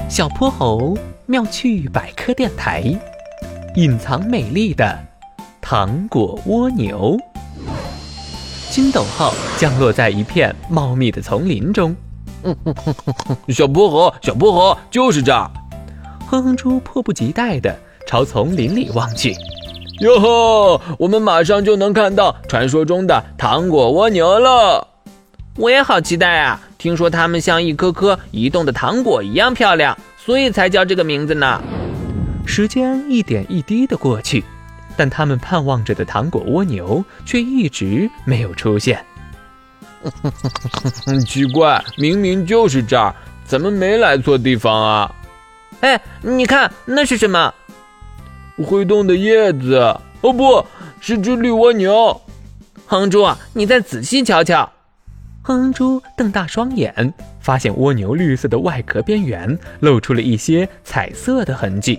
小泼猴妙趣百科电台，隐藏美丽的糖果蜗牛。筋斗号降落在一片茂密的丛林中。 小泼猴，就是这儿。 哼哼猪迫不及待地朝丛林里望去。 哟吼，我们马上就能看到传说中的糖果蜗牛了。 我也好期待啊，听说它们像一颗颗移动的糖果一样漂亮，所以才叫这个名字呢。 时间一点一滴地过去，但他们盼望着的糖果蜗牛却一直没有出现。 奇怪，明明就是这儿，怎么没来错地方啊？ 哎，你看那是什么？ 会动的叶子。哦不，是只绿蜗牛。 哼猪，你再仔细瞧瞧。 哼哼猪瞪大双眼，发现蜗牛绿色的外壳边缘露出了一些彩色的痕迹。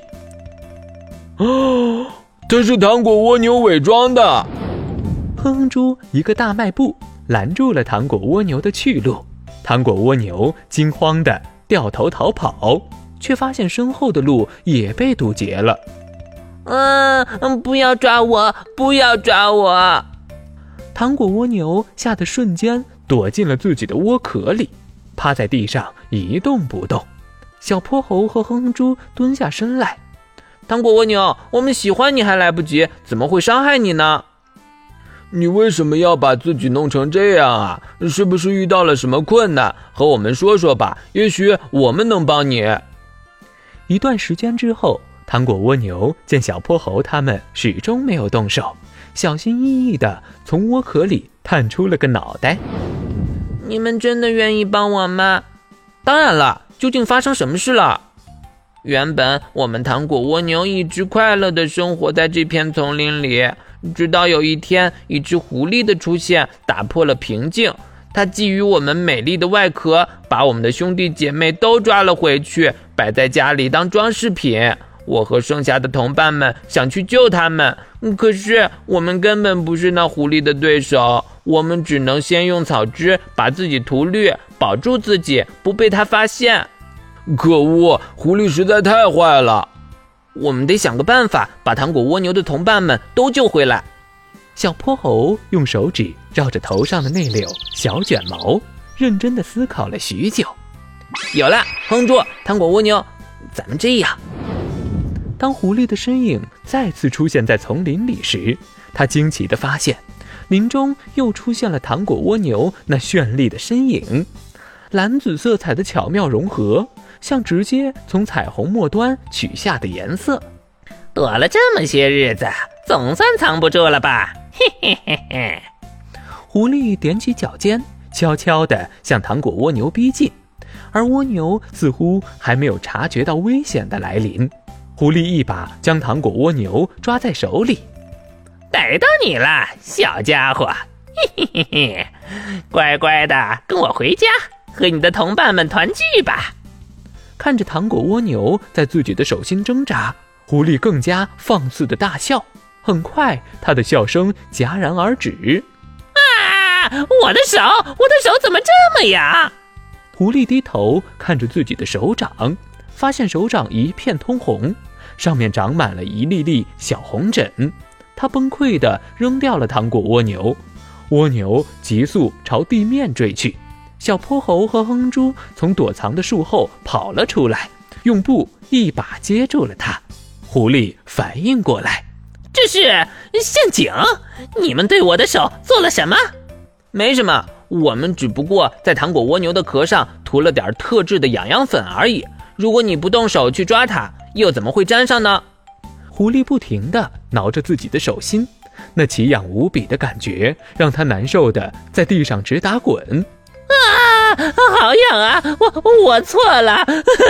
哦，这是糖果蜗牛伪装的。 哼哼猪一个大迈步拦住了糖果蜗牛的去路，糖果蜗牛惊慌地掉头逃跑，却发现身后的路也被堵截了。 不要抓我，不要抓我！ 糖果蜗牛吓得瞬间躲进了自己的窝壳里，趴在地上一动不动。小泼猴和哼哼猪蹲下身来。 糖果蜗牛，我们喜欢你还来不及，怎么会伤害你呢？ 你为什么要把自己弄成这样啊？是不是遇到了什么困难？和我们说说吧，也许我们能帮你。 一段时间之后，糖果蜗牛见小泼猴他们始终没有动手，小心翼翼地从窝壳里探出了个脑袋。 你们真的愿意帮我吗？当然了，究竟发生什么事了？原本我们糖果蜗牛一直快乐地生活在这片丛林里，直到有一天，一只狐狸的出现打破了平静。它觊觎我们美丽的外壳，把我们的兄弟姐妹都抓了回去，摆在家里当装饰品。我和剩下的同伴们想去救他们，可是我们根本不是那狐狸的对手，我们只能先用草汁把自己涂绿，保住自己不被它发现。 可恶，狐狸实在太坏了， 我们得想个办法把糖果蜗牛的同伴们都救回来。 小泼猴用手指绕着头上的那绺小卷毛，认真地思考了许久。 有了，哼猪，糖果蜗牛，咱们这样。 当狐狸的身影再次出现在丛林里时，他惊奇地发现林中又出现了糖果蜗牛那绚丽的身影，蓝紫色彩的巧妙融合，像直接从彩虹末端取下的颜色。 躲了这么些日子，总算藏不住了吧？嘿嘿嘿嘿。 狐狸踮起脚尖，悄悄地向糖果蜗牛逼近，而蜗牛似乎还没有察觉到危险的来临。狐狸一把将糖果蜗牛抓在手里。 逮到你了，小家伙！嘿嘿嘿嘿，乖乖的跟我回家，和你的同伴们团聚吧。 看着糖果蜗牛在自己的手心挣扎，狐狸更加放肆的大笑。很快，他的笑声戛然而止。 啊！我的手怎么这么痒？ 狐狸低头看着自己的手掌，发现手掌一片通红，上面长满了一粒粒小红疹。他崩溃地扔掉了糖果蜗牛，蜗牛急速朝地面坠去。小泼猴和哼猪从躲藏的树后跑了出来，用布一把接住了它。狐狸反应过来， 这是陷阱！你们对我的手做了什么？没什么，我们只不过在糖果蜗牛的壳上涂了点特制的痒痒粉而已。如果你不动手去抓它，又怎么会沾上呢？ 狐狸不停地挠着自己的手心，那奇痒无比的感觉让它难受地在地上直打滚。 啊，好痒啊！我错了，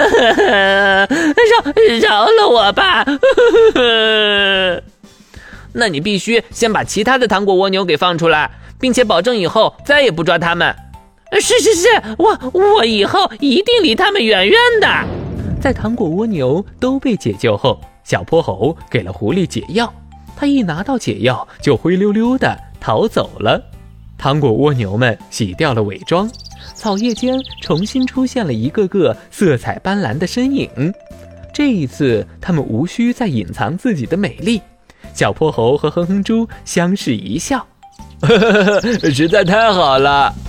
饶了我吧！那你必须先把其他的糖果蜗牛给放出来，并且保证以后再也不抓它们。是，我以后一定离他们远远的。 在糖果蜗牛都被解救后，小泼猴给了狐狸解药，他一拿到解药就灰溜溜地逃走了。糖果蜗牛们洗掉了伪装， 草叶间重新出现了一个个色彩斑斓的身影。这一次，他们无需再隐藏自己的美丽。小泼猴和哼哼猪相视一笑， 实在太好了。